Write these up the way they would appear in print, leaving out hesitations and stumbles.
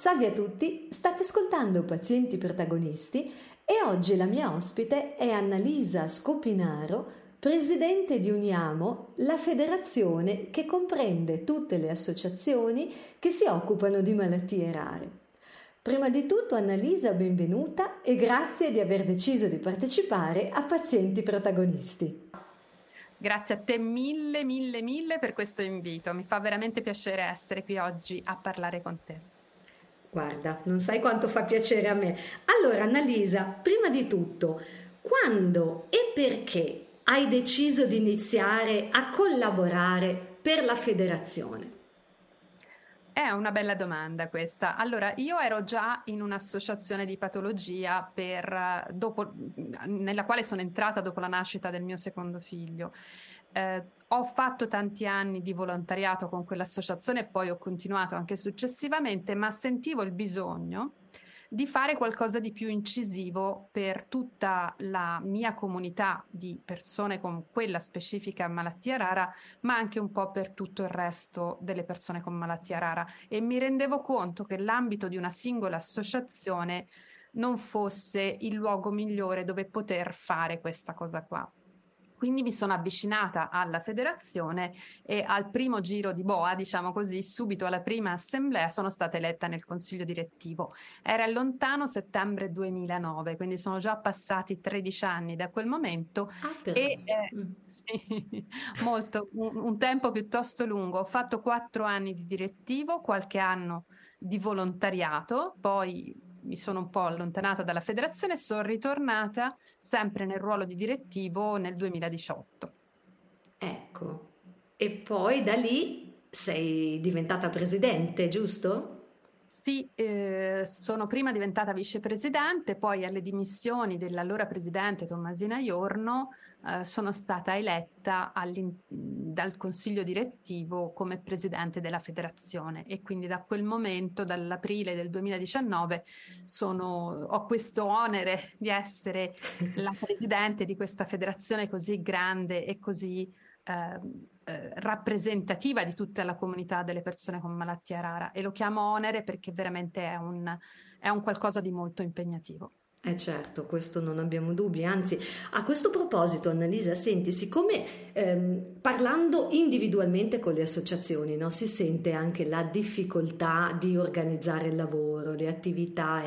Salve a tutti, state ascoltando Pazienti Protagonisti e oggi la mia ospite è Annalisa Scopinaro, presidente di Uniamo, la federazione che comprende tutte le associazioni che si occupano di malattie rare. Prima di tutto, Annalisa, benvenuta e grazie di aver deciso di partecipare a Pazienti Protagonisti. Grazie a te mille per questo invito. Mi fa veramente piacere essere qui oggi a parlare con te. Guarda, non sai quanto fa piacere a me. Allora, Annalisa, prima di tutto, quando e perché hai deciso di iniziare a collaborare per la federazione? È una bella domanda questa. Allora, io ero già in un'associazione di patologia nella quale sono entrata dopo la nascita del mio secondo figlio. Ho fatto tanti anni di volontariato con quell'associazione e poi ho continuato anche successivamente, ma sentivo il bisogno di fare qualcosa di più incisivo per tutta la mia comunità di persone con quella specifica malattia rara, ma anche un po' per tutto il resto delle persone con malattia rara. E mi rendevo conto che l'ambito di una singola associazione non fosse il luogo migliore dove poter fare questa cosa qua. Quindi mi sono avvicinata alla federazione e al primo giro di boa, diciamo così, subito alla prima assemblea sono stata eletta nel consiglio direttivo. Era il lontano settembre 2009, quindi sono già passati 13 anni da quel momento Però. e sì, un tempo piuttosto lungo. Ho fatto 4 anni di direttivo, qualche anno di volontariato, poi mi sono un po' allontanata dalla federazione e sono ritornata sempre nel ruolo di direttivo nel 2018. Ecco, e poi da lì sei diventata presidente, giusto? Sì, sono prima diventata vicepresidente, poi alle dimissioni dell'allora presidente Tommasina Iorno sono stata eletta dal consiglio direttivo come presidente della federazione e quindi da quel momento, dall'aprile del 2019, ho questo onere di essere la presidente di questa federazione così grande e così rappresentativa di tutta la comunità delle persone con malattia rara, e lo chiamo onere perché veramente è un qualcosa di molto impegnativo. Certo, questo non abbiamo dubbi, anzi, a questo proposito, Annalisa, senti, siccome parlando individualmente con le associazioni, no, si sente anche la difficoltà di organizzare il lavoro, le attività.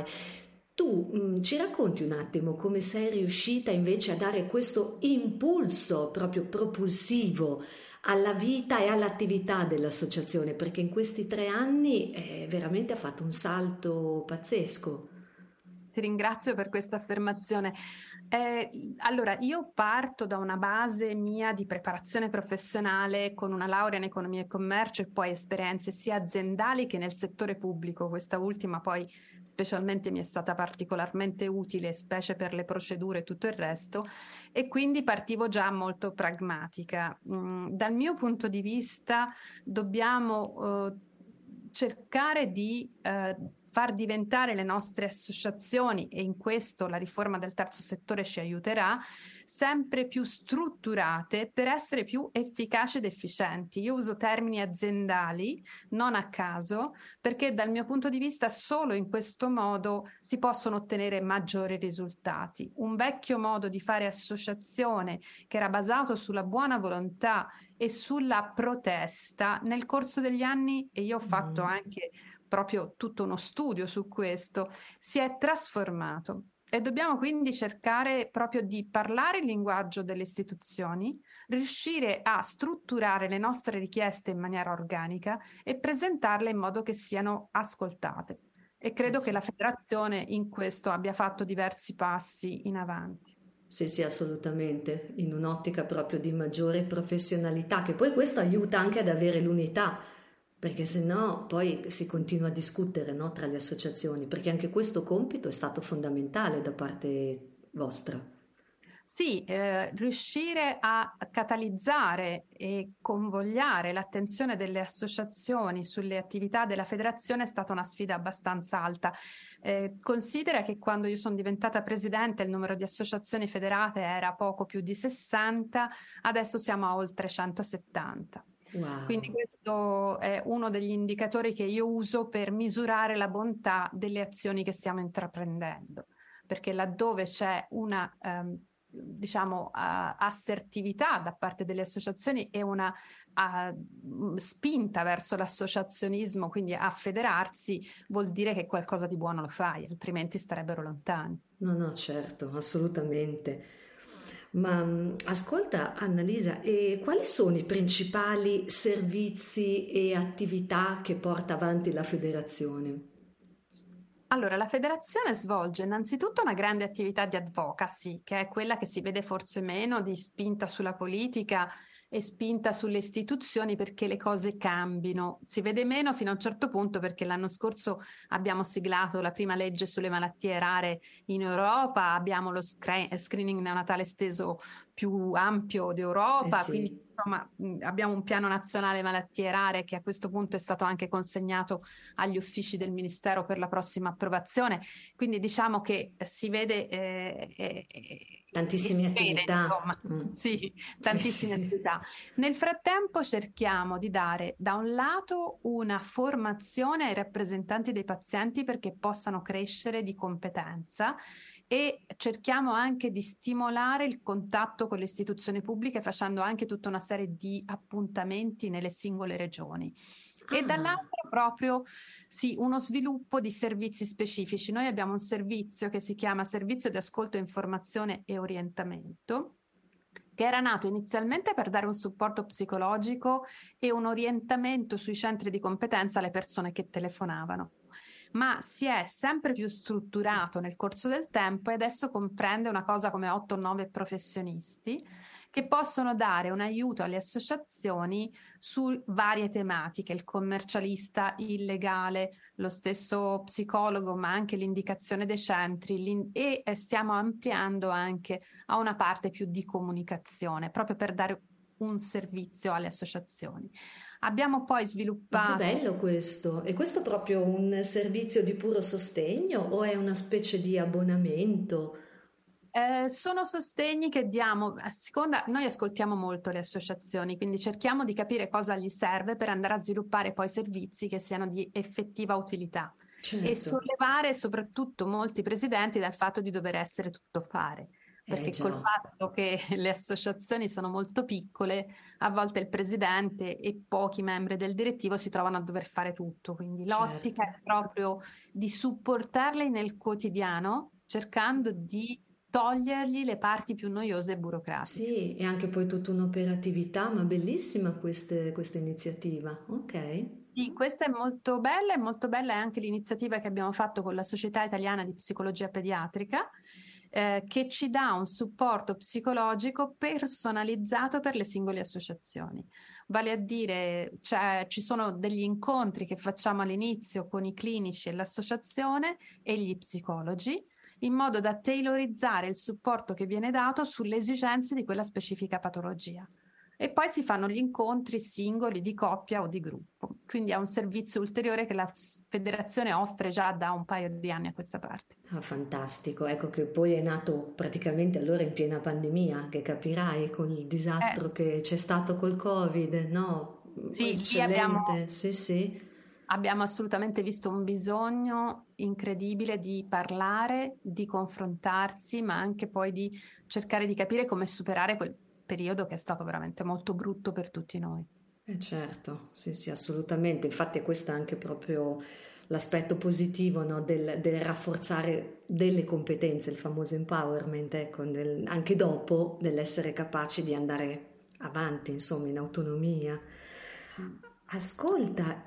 Tu ci racconti un attimo come sei riuscita invece a dare questo impulso proprio propulsivo alla vita e all'attività dell'associazione, perché in questi 3 anni veramente ha fatto un salto pazzesco. Ti ringrazio per questa affermazione. Allora, io parto da una base mia di preparazione professionale con una laurea in economia e commercio e poi esperienze sia aziendali che nel settore pubblico. Questa ultima poi specialmente mi è stata particolarmente utile, specie per le procedure e tutto il resto, e quindi partivo già molto pragmatica. Dal mio punto di vista dobbiamo cercare di far diventare le nostre associazioni, e in questo la riforma del terzo settore ci aiuterà, sempre più strutturate per essere più efficaci ed efficienti. Io uso termini aziendali non a caso, perché dal mio punto di vista solo in questo modo si possono ottenere maggiori risultati. Un vecchio modo di fare associazione che era basato sulla buona volontà e sulla protesta, nel corso degli anni, e io ho fatto anche proprio tutto uno studio su questo, si è trasformato. E dobbiamo quindi cercare proprio di parlare il linguaggio delle istituzioni, riuscire a strutturare le nostre richieste in maniera organica e presentarle in modo che siano ascoltate. E credo che la federazione in questo abbia fatto diversi passi in avanti. Sì, sì, assolutamente, in un'ottica proprio di maggiore professionalità, che poi questo aiuta anche ad avere l'unità, perché se no poi si continua a discutere, no, tra le associazioni, perché anche questo compito è stato fondamentale da parte vostra. Sì, riuscire a catalizzare e convogliare l'attenzione delle associazioni sulle attività della federazione è stata una sfida abbastanza alta. Considera che quando io sono diventata presidente il numero di associazioni federate era poco più di 60, adesso siamo a oltre 170. Wow. Quindi questo è uno degli indicatori che io uso per misurare la bontà delle azioni che stiamo intraprendendo, perché laddove c'è una assertività da parte delle associazioni e una spinta verso l'associazionismo, quindi a federarsi, vuol dire che qualcosa di buono lo fai, altrimenti starebbero lontani. No, no, certo, assolutamente. Ma ascolta, Annalisa, e quali sono i principali servizi e attività che porta avanti la federazione? Allora, la federazione svolge innanzitutto una grande attività di advocacy, che è quella che si vede forse meno di spinta sulla politica e spinta sulle istituzioni perché le cose cambino. Si vede meno fino a un certo punto perché l'anno scorso abbiamo siglato la prima legge sulle malattie rare in Europa, abbiamo lo screening neonatale esteso più ampio Eh d'Europa, quindi sì, insomma abbiamo un piano nazionale malattie rare che a questo punto è stato anche consegnato agli uffici del Ministero per la prossima approvazione. Quindi diciamo che si vede e tantissime si vede, attività. insomma, Mm. sì, Eh tantissime sì. attività. Nel frattempo cerchiamo di dare da un lato una formazione ai rappresentanti dei pazienti perché possano crescere di competenza e cerchiamo anche di stimolare il contatto con le istituzioni pubbliche facendo anche tutta una serie di appuntamenti nelle singole regioni. E Ah, dall'altro proprio sì, uno sviluppo di servizi specifici. Noi abbiamo un servizio che si chiama Servizio di Ascolto, Informazione e Orientamento, che era nato inizialmente per dare un supporto psicologico e un orientamento sui centri di competenza alle persone che telefonavano, ma si è sempre più strutturato nel corso del tempo e adesso comprende una cosa come 8 o 9 professionisti che possono dare un aiuto alle associazioni su varie tematiche, il commercialista, il legale, lo stesso psicologo, ma anche l'indicazione dei centri e stiamo ampliando anche a una parte più di comunicazione, proprio per dare un servizio alle associazioni. Abbiamo poi ma che sviluppato. bello questo! E questo è proprio un servizio di puro sostegno o è una specie di abbonamento? Sono sostegni che diamo a seconda, noi ascoltiamo molto le associazioni, quindi cerchiamo di capire cosa gli serve per andare a sviluppare poi servizi che siano di effettiva utilità e Certo, sollevare soprattutto molti presidenti dal fatto di dover essere tutto fare, perché col già, fatto che le associazioni sono molto piccole, a volte il presidente e pochi membri del direttivo si trovano a dover fare tutto, quindi l'ottica certo. è proprio di supportarli nel quotidiano, cercando di togliergli le parti più noiose e burocratiche. Sì, e anche poi tutta un'operatività, ma bellissima questa iniziativa. Ok. Sì, questa è molto bella è anche l'iniziativa che abbiamo fatto con la Società Italiana di Psicologia Pediatrica, che ci dà un supporto psicologico personalizzato per le singole associazioni. Vale a dire, ci sono degli incontri che facciamo all'inizio con i clinici e l'associazione e gli psicologi, in modo da tailorizzare il supporto che viene dato sulle esigenze di quella specifica patologia. E poi si fanno gli incontri singoli di coppia o di gruppo. Quindi è un servizio ulteriore che la federazione offre già da un paio di anni a questa parte. Ah, fantastico, ecco che poi è nato praticamente allora in piena pandemia, che capirai col disastro Sì, che c'è stato col Covid, no? sì, lì Eccellente, sì, sì. abbiamo assolutamente visto un bisogno incredibile di parlare, di confrontarsi, ma anche poi di cercare di capire come superare quel periodo che è stato veramente molto brutto per tutti noi. Certo, sì, sì, assolutamente. Infatti questo è anche proprio l'aspetto positivo, no, del rafforzare delle competenze, il famoso empowerment, ecco, anche dopo dell'essere capaci di andare avanti, insomma, in autonomia. Sì. Ascolta,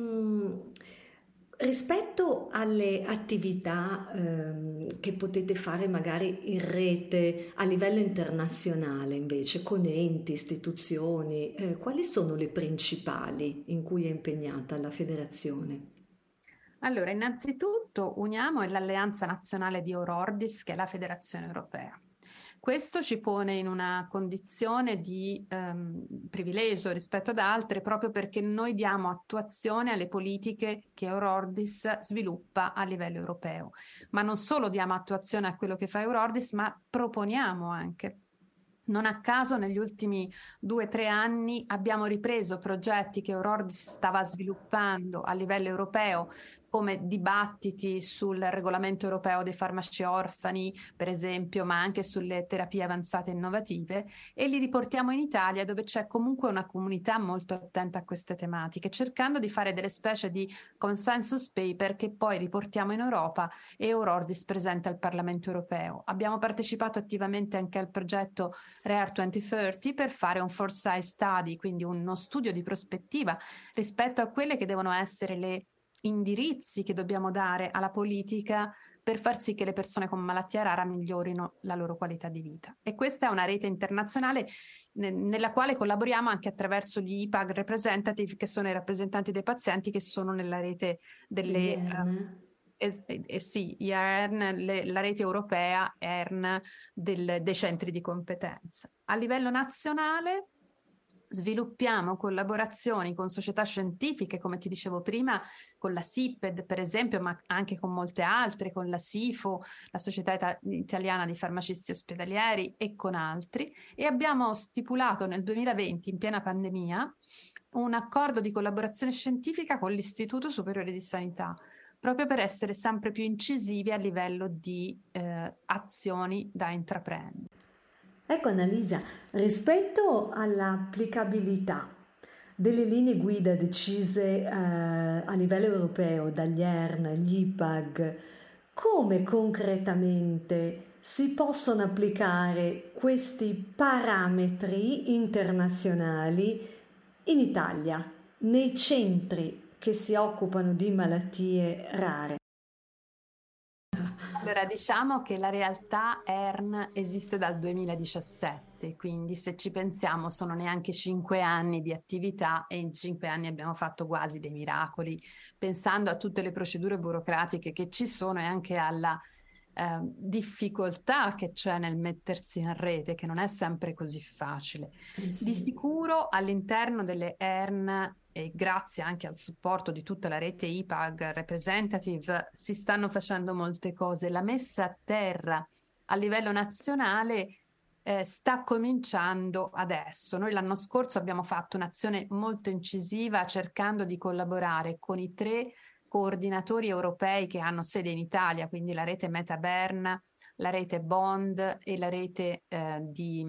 rispetto alle attività che potete fare magari in rete a livello internazionale, invece, con enti, istituzioni, quali sono le principali in cui è impegnata la federazione? Allora, innanzitutto uniamo l'Alleanza Nazionale di Eurordis, che è la Federazione Europea. Questo ci pone in una condizione di privilegio rispetto ad altre, proprio perché noi diamo attuazione alle politiche che Eurordis sviluppa a livello europeo. Ma non solo diamo attuazione a quello che fa Eurordis, ma proponiamo anche Non a caso negli ultimi 2 o 3 anni abbiamo ripreso progetti che Eurordis stava sviluppando a livello europeo, come dibattiti sul regolamento europeo dei farmaci orfani, per esempio, ma anche sulle terapie avanzate innovative, e li riportiamo in Italia, dove c'è comunque una comunità molto attenta a queste tematiche, cercando di fare delle specie di consensus paper che poi riportiamo in Europa e Eurordis presenta al Parlamento europeo. Abbiamo partecipato attivamente anche al progetto RARE 2030 per fare un foresight study, quindi uno studio di prospettiva rispetto a quelle che devono essere le indirizzi che dobbiamo dare alla politica per far sì che le persone con malattia rara migliorino la loro qualità di vita. E questa è una rete internazionale nella quale collaboriamo anche attraverso gli IPAG representative, che sono i rappresentanti dei pazienti che sono nella rete delle sì, EARN, la rete europea ERN dei centri di competenza. A livello nazionale sviluppiamo collaborazioni con società scientifiche, come ti dicevo prima, con la SIPED per esempio, ma anche con molte altre, con la SIFO, la Società Italiana di Farmacisti Ospedalieri, e con altri, e abbiamo stipulato nel 2020, in piena pandemia, un accordo di collaborazione scientifica con l'Istituto Superiore di Sanità, proprio per essere sempre più incisivi a livello di azioni da intraprendere. Ecco Annalisa, rispetto all'applicabilità delle linee guida decise a livello europeo dagli ERN, gli IPAG, come concretamente si possono applicare questi parametri internazionali in Italia, nei centri che si occupano di malattie rare? Allora, diciamo che la realtà ERN esiste dal 2017, quindi se ci pensiamo sono neanche 5 anni di attività e in 5 anni abbiamo fatto quasi dei miracoli, pensando a tutte le procedure burocratiche che ci sono e anche alla difficoltà che c'è nel mettersi in rete, che non è sempre così facile. Sì. Di sicuro all'interno delle ERN, e grazie anche al supporto di tutta la rete IPAG representative, si stanno facendo molte cose. La messa a terra a livello nazionale sta cominciando adesso. Noi l'anno scorso abbiamo fatto un'azione molto incisiva cercando di collaborare con i 3 coordinatori europei che hanno sede in Italia, quindi la rete MetaBern, la rete Bond e la rete di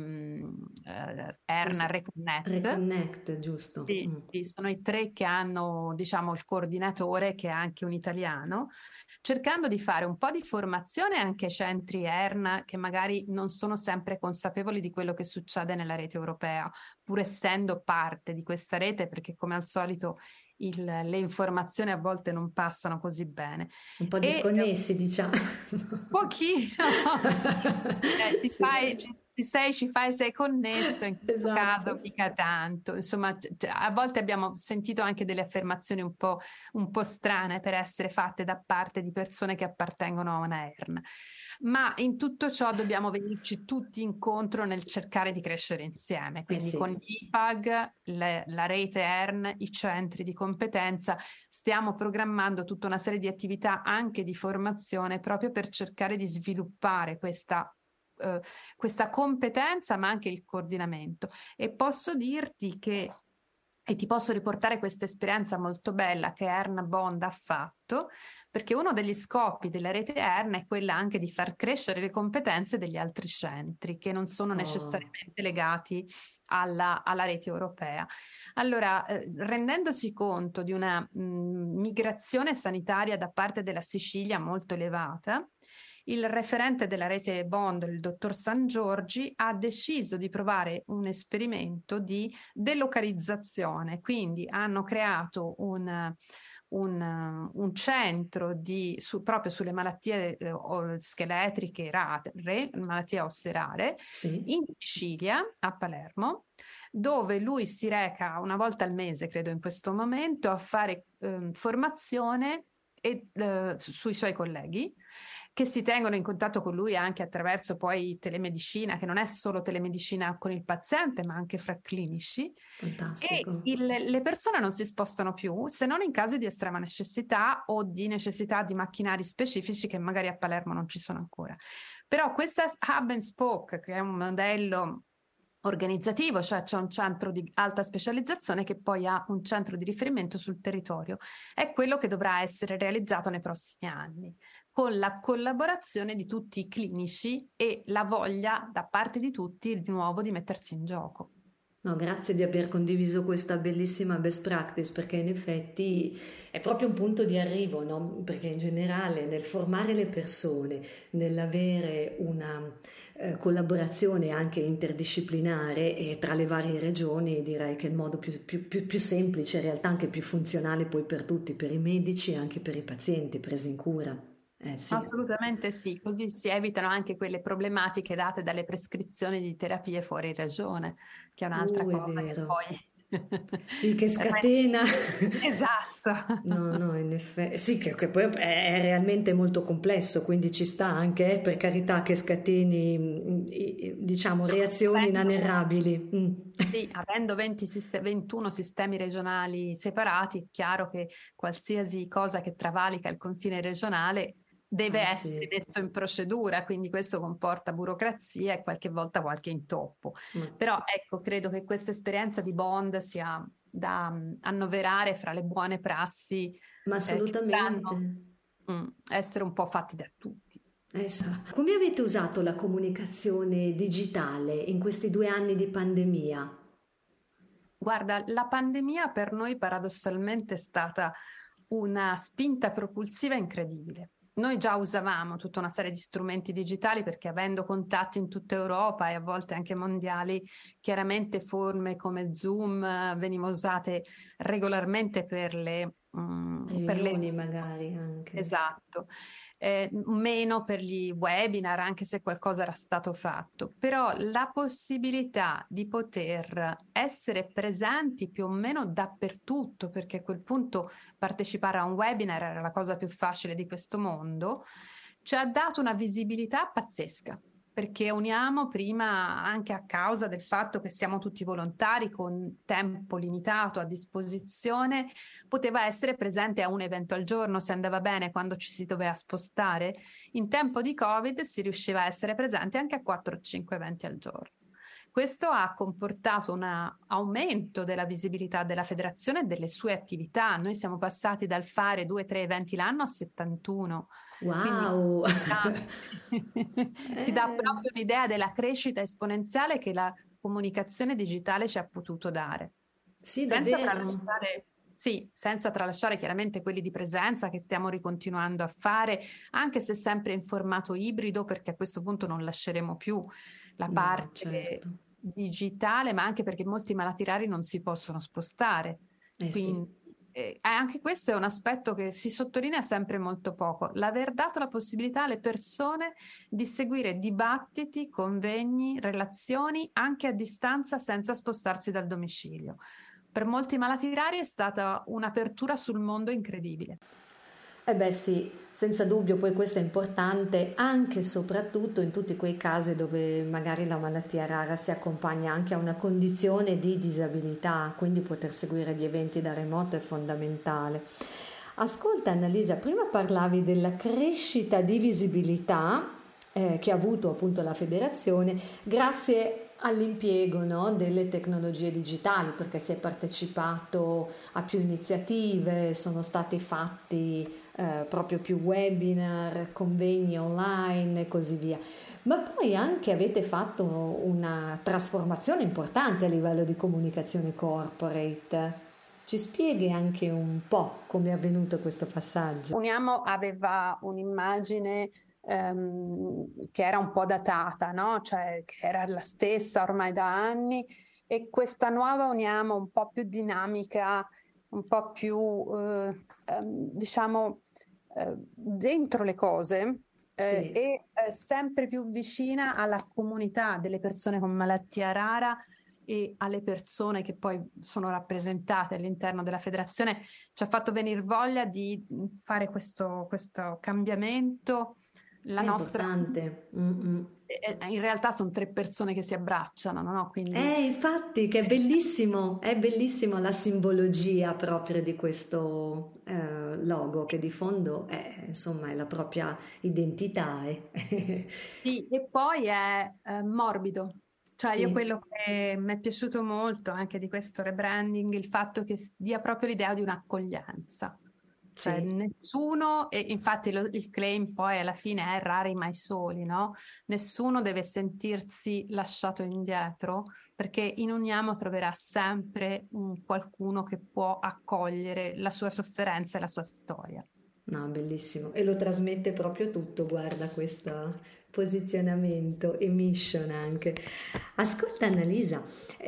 ERN Reconnect. Reconnect, giusto. Sì, sì, sono i 3 che hanno, diciamo, il coordinatore, che è anche un italiano, cercando di fare un po' di formazione anche ai centri ERN che magari non sono sempre consapevoli di quello che succede nella rete europea, pur essendo parte di questa rete, perché come al solito le informazioni a volte non passano così bene. Un po' disconnessi, diciamo. Pochino. Ci fai, sei connesso, in questo caso mica tanto. Insomma, a volte abbiamo sentito anche delle affermazioni un po' strane per essere fatte da parte di persone che appartengono a una ERN. Ma in tutto ciò dobbiamo venirci tutti incontro nel cercare di crescere insieme, quindi con l'IPAG, la rete ERN, i centri di competenza, stiamo programmando tutta una serie di attività anche di formazione proprio per cercare di sviluppare questa competenza, ma anche il coordinamento. E posso dirti che e ti posso riportare questa esperienza molto bella che ERN Bond ha fatto, perché uno degli scopi della rete ERN è quella anche di far crescere le competenze degli altri centri che non sono necessariamente legati alla rete europea. Allora, rendendosi conto di una migrazione sanitaria da parte della Sicilia molto elevata, il referente della rete Bond, il dottor San Giorgi, ha deciso di provare un esperimento di delocalizzazione, quindi hanno creato un centro proprio sulle malattie scheletriche rare, malattie osse rare, in Sicilia, a Palermo, dove lui si reca una volta al mese, credo in questo momento, a fare formazione sui suoi colleghi, che si tengono in contatto con lui anche attraverso poi telemedicina, che non è solo telemedicina con il paziente, ma anche fra clinici. Fantastico. E le persone non si spostano più, se non in casi di estrema necessità o di necessità di macchinari specifici che magari a Palermo non ci sono ancora. Però questa Hub and Spoke, che è un modello organizzativo, cioè c'è un centro di alta specializzazione che poi ha un centro di riferimento sul territorio. È quello che dovrà essere realizzato nei prossimi anni, con la collaborazione di tutti i clinici e la voglia da parte di tutti di nuovo di mettersi in gioco. No, grazie di aver condiviso questa bellissima best practice, perché in effetti è proprio un punto di arrivo, no? Perché in generale nel formare le persone, nell'avere una collaborazione anche interdisciplinare e tra le varie regioni, direi che è il modo più semplice, in realtà anche più funzionale poi per tutti, per i medici e anche per i pazienti presi in cura. Sì. Assolutamente sì, così si evitano anche quelle problematiche date dalle prescrizioni di terapie fuori regione, che è un'altra È cosa che vero. poi Sì, che scatena. esatto. No, no, in effetti, sì, che poi è realmente molto complesso, quindi ci sta anche, per carità, che scateni, diciamo, reazioni Avendo, inanerrabili. sì, avendo 21 sistemi regionali separati, è chiaro che qualsiasi cosa che travalica il confine regionale deve essere Sì, messo in procedura, quindi questo comporta burocrazia e qualche volta qualche intoppo. ma, Però ecco, credo che questa esperienza di Bond sia da annoverare fra le buone prassi ma che dovranno assolutamente. essere un po' fatti da tutti. Sì. Come avete usato la comunicazione digitale in questi 2 anni di pandemia? Guarda, la pandemia per noi paradossalmente è stata una spinta propulsiva incredibile. Noi già usavamo tutta una serie di strumenti digitali perché avendo contatti in tutta Europa e a volte anche mondiali, chiaramente forme come Zoom venivano usate regolarmente per le. Riunioni magari anche. Esatto, meno per gli webinar, anche se qualcosa era stato fatto, però la possibilità di poter essere presenti più o meno dappertutto, perché a quel punto partecipare a un webinar era la cosa più facile di questo mondo, ci ha dato una visibilità pazzesca. Perché uniamo prima anche a causa del fatto che siamo tutti volontari con tempo limitato a disposizione, poteva essere presente a un evento al giorno se andava bene quando ci si doveva spostare. In tempo di Covid si riusciva a essere presenti anche a 4-5 eventi al giorno. Questo ha comportato un aumento della visibilità della federazione e delle sue attività. Noi siamo passati dal fare 2-3 eventi l'anno a 71. Quindi Wow! ti dà proprio l'idea della crescita esponenziale che la comunicazione digitale ci ha potuto dare. Sì, Senza davvero. tralasciare, sì, senza tralasciare chiaramente quelli di presenza che stiamo ricontinuando a fare, anche se sempre in formato ibrido, perché a questo punto non lasceremo più la No, parte certo. digitale, ma anche perché molti malati rari non si possono spostare. Sì. Quindi anche questo è un aspetto che si sottolinea sempre molto poco, l'aver dato la possibilità alle persone di seguire dibattiti, convegni, relazioni anche a distanza senza spostarsi dal domicilio. Per molti malati rari è stata un'apertura sul mondo incredibile. Eh beh sì, senza dubbio poi questo è importante anche e soprattutto in tutti quei casi dove magari la malattia rara si accompagna anche a una condizione di disabilità, quindi poter seguire gli eventi da remoto è fondamentale. Ascolta Annalisa, prima parlavi della crescita di visibilità che ha avuto appunto la federazione grazie all'impiego, no, delle tecnologie digitali, perché si è partecipato a più iniziative, sono stati fatti proprio più webinar, convegni online e così via. Ma poi anche avete fatto una trasformazione importante a livello di comunicazione corporate. Ci spieghi anche un po' come è avvenuto questo passaggio? Uniamo aveva un'immagine che era un po' datata, no? Cioè che era la stessa ormai da anni, e questa nuova Uniamo un po' più dinamica, un po' più diciamo dentro le cose Sì. e sempre più vicina alla comunità delle persone con malattia rara e alle persone che poi sono rappresentate all'interno della federazione. Ci ha fatto venire voglia di fare questo cambiamento. La È nostra, importante. Mm-mm. in realtà sono tre persone che si abbracciano, no? Quindi Infatti, che è bellissima la simbologia proprio di questo logo che di fondo è, insomma, è la propria identità. sì, e poi è morbido, Cioè, io quello che mi è piaciuto molto anche di questo rebranding, il fatto che dia proprio l'idea di un'accoglienza. Cioè, sì. nessuno, e infatti il claim poi alla fine è rari mai soli, no? Nessuno deve sentirsi lasciato indietro, perché in Uniamo troverà sempre qualcuno che può accogliere la sua sofferenza e la sua storia. No, bellissimo. E lo trasmette proprio tutto, guarda, questo posizionamento e mission anche. Ascolta Annalisa,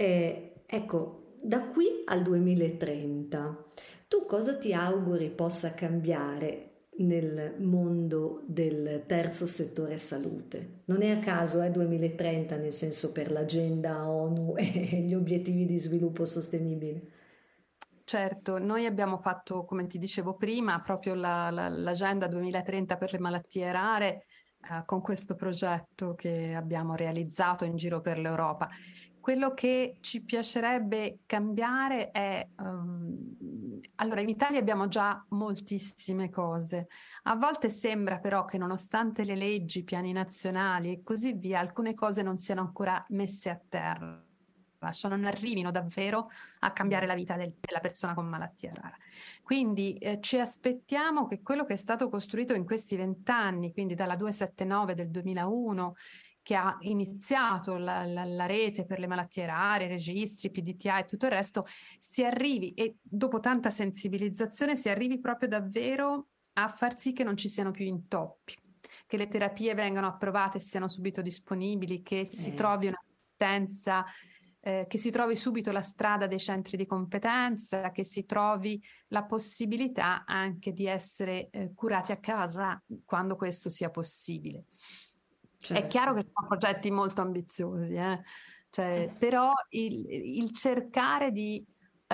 ecco, da qui al 2030, tu cosa ti auguri possa cambiare nel mondo del terzo settore salute? Non è a caso, è 2030, nel senso per l'agenda ONU e gli obiettivi di sviluppo sostenibile. Certo, noi abbiamo fatto, come ti dicevo prima, proprio l'Agenda 2030 per le malattie rare, con questo progetto che abbiamo realizzato in giro per l'Europa. Quello che ci piacerebbe cambiare è, allora in Italia abbiamo già moltissime cose. A volte sembra però che nonostante le leggi, i piani nazionali e così via, alcune cose non siano ancora messe a terra, cioè non arrivino davvero a cambiare la vita della persona con malattia rara. Quindi ci aspettiamo che quello che è stato costruito in questi 20 anni, quindi dalla 279 del 2001, che ha iniziato la rete per le malattie rare, registri, PDTA e tutto il resto, si arrivi, e dopo tanta sensibilizzazione, si arrivi proprio davvero a far sì che non ci siano più intoppi, che le terapie vengano approvate e siano subito disponibili, che si trovi un'assistenza, che si trovi subito la strada dei centri di competenza, che si trovi la possibilità anche di essere curati a casa quando questo sia possibile. È Certo. chiaro che sono progetti molto ambiziosi, cioè, però il cercare di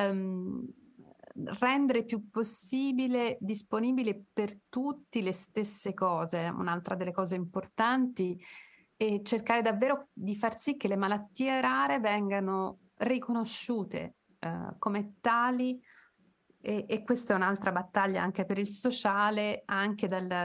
rendere più possibile disponibile per tutti le stesse cose, un'altra delle cose importanti, e cercare davvero di far sì che le malattie rare vengano riconosciute come tali, e questa è un'altra battaglia anche per il sociale, anche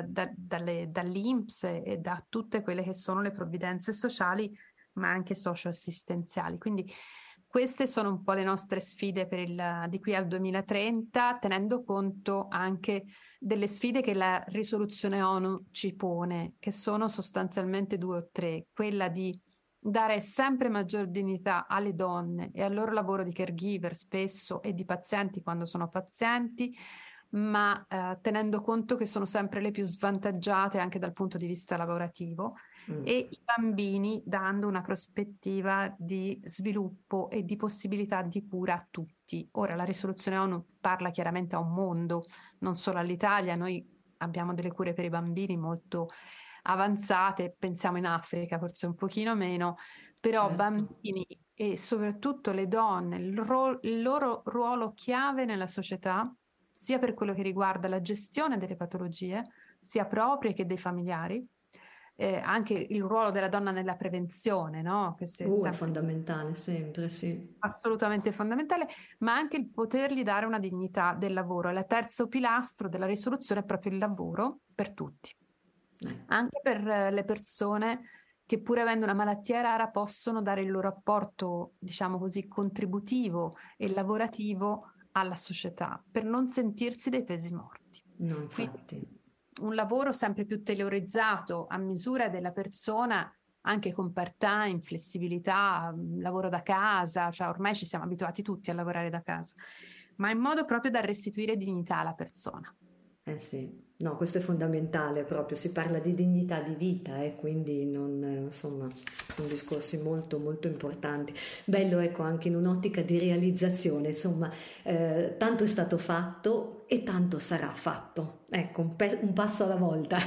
dall'INPS e da tutte quelle che sono le provvidenze sociali, ma anche socio-assistenziali. Quindi queste sono un po' le nostre sfide di qui al 2030, tenendo conto anche delle sfide che la risoluzione ONU ci pone, che sono sostanzialmente 2 o 3: quella di dare sempre maggior dignità alle donne e al loro lavoro di caregiver spesso, e di pazienti quando sono pazienti, ma tenendo conto che sono sempre le più svantaggiate anche dal punto di vista lavorativo, e i bambini, dando una prospettiva di sviluppo e di possibilità di cura a tutti. Ora, la risoluzione ONU parla chiaramente a un mondo, non solo all'Italia. Noi abbiamo delle cure per i bambini molto avanzate, pensiamo in Africa forse un pochino meno, però Certo. bambini e soprattutto le donne, il loro ruolo chiave nella società, sia per quello che riguarda la gestione delle patologie, sia proprie che dei familiari, anche il ruolo della donna nella prevenzione, no? Che è È sempre fondamentale, sempre, sì. assolutamente fondamentale, ma anche il potergli dare una dignità del lavoro. Il terzo pilastro della risoluzione è proprio il lavoro per tutti, anche per le persone che, pur avendo una malattia rara, possono dare il loro apporto, diciamo così, contributivo e lavorativo alla società, per non sentirsi dei pesi morti. No, Quindi infatti. un lavoro sempre più tailorizzato a misura della persona, anche con part-time, flessibilità, lavoro da casa, cioè ormai ci siamo abituati tutti a lavorare da casa, ma in modo proprio da restituire dignità alla persona. Eh sì, no, questo è fondamentale proprio, si parla di dignità di vita e quindi non, insomma, sono discorsi molto molto importanti. Bello, ecco, anche in un'ottica di realizzazione, insomma, tanto è stato fatto e tanto sarà fatto. Ecco, un passo alla volta,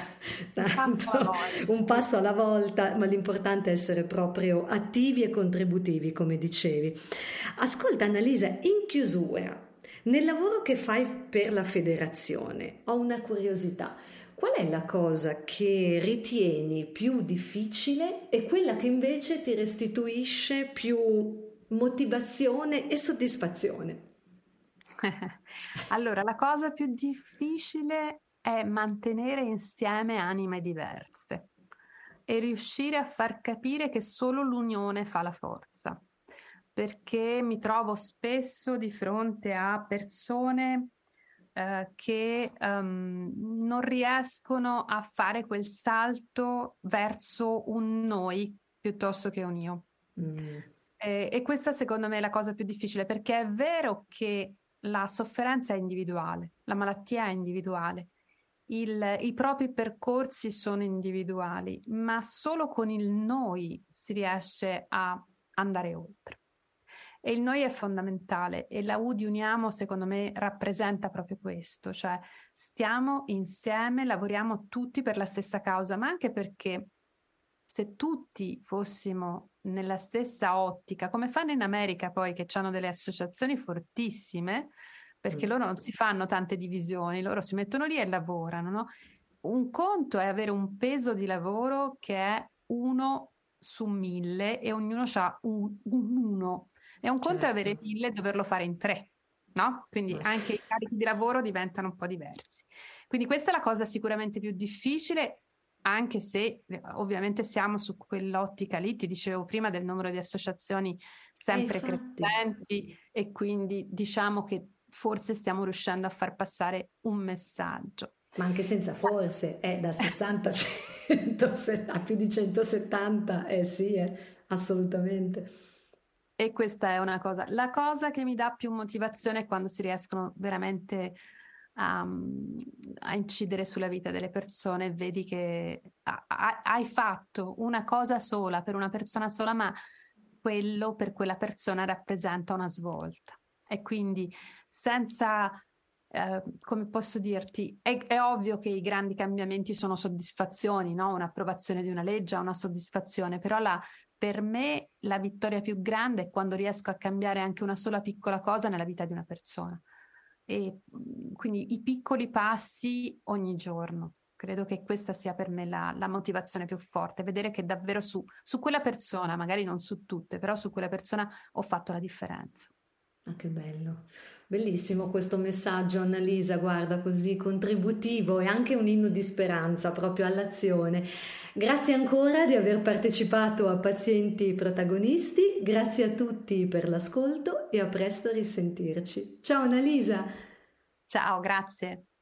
Passo alla tanto, volta. un passo alla volta, ma l'importante è essere proprio attivi e contributivi, come dicevi. Ascolta Annalisa, in chiusura, nel lavoro che fai per la federazione, ho una curiosità. Qual è la cosa che ritieni più difficile e quella che invece ti restituisce più motivazione e soddisfazione? Allora, la cosa più difficile è mantenere insieme anime diverse, e riuscire a far capire che solo l'unione fa la forza, perché mi trovo spesso di fronte a persone che non riescono a fare quel salto verso un noi piuttosto che un io. E questa secondo me è la cosa più difficile, perché è vero che la sofferenza è individuale, la malattia è individuale, i propri percorsi sono individuali, ma solo con il noi si riesce a andare oltre. E il noi è fondamentale, e la U di Uniamo secondo me rappresenta proprio questo, cioè stiamo insieme, lavoriamo tutti per la stessa causa, ma anche perché se tutti fossimo nella stessa ottica, come fanno in America poi, che hanno delle associazioni fortissime, perché loro non si fanno tante divisioni, loro si mettono lì e lavorano, no? Un conto è avere un peso di lavoro che è 1 su 1000 e ognuno ha un 1. E un conto è avere 1000 e doverlo fare in 3, no? Quindi anche i carichi di lavoro diventano un po' diversi. Quindi questa è la cosa sicuramente più difficile, anche se ovviamente siamo su quell'ottica lì, ti dicevo prima del numero di associazioni sempre crescenti, e quindi diciamo che forse stiamo riuscendo a far passare un messaggio. Ma anche senza forse, da 60 a più di 170, sì, assolutamente. E questa è una cosa. La cosa che mi dà più motivazione è quando si riescono veramente a incidere sulla vita delle persone, vedi che hai fatto una cosa sola per una persona sola, ma quello per quella persona rappresenta una svolta. E quindi senza, come posso dirti, è ovvio che i grandi cambiamenti sono soddisfazioni, no? Un'approvazione di una legge è una soddisfazione, però per me la vittoria più grande è quando riesco a cambiare anche una sola piccola cosa nella vita di una persona. E quindi i piccoli passi ogni giorno. Credo che questa sia per me la motivazione più forte, vedere che davvero su quella persona, magari non su tutte, però su quella persona ho fatto la differenza. Ah, che bello, bellissimo questo messaggio, Annalisa, guarda, così contributivo e anche un inno di speranza proprio all'azione. Grazie ancora di aver partecipato a Pazienti Protagonisti, grazie a tutti per l'ascolto e a presto a risentirci. Ciao Annalisa! Ciao, grazie!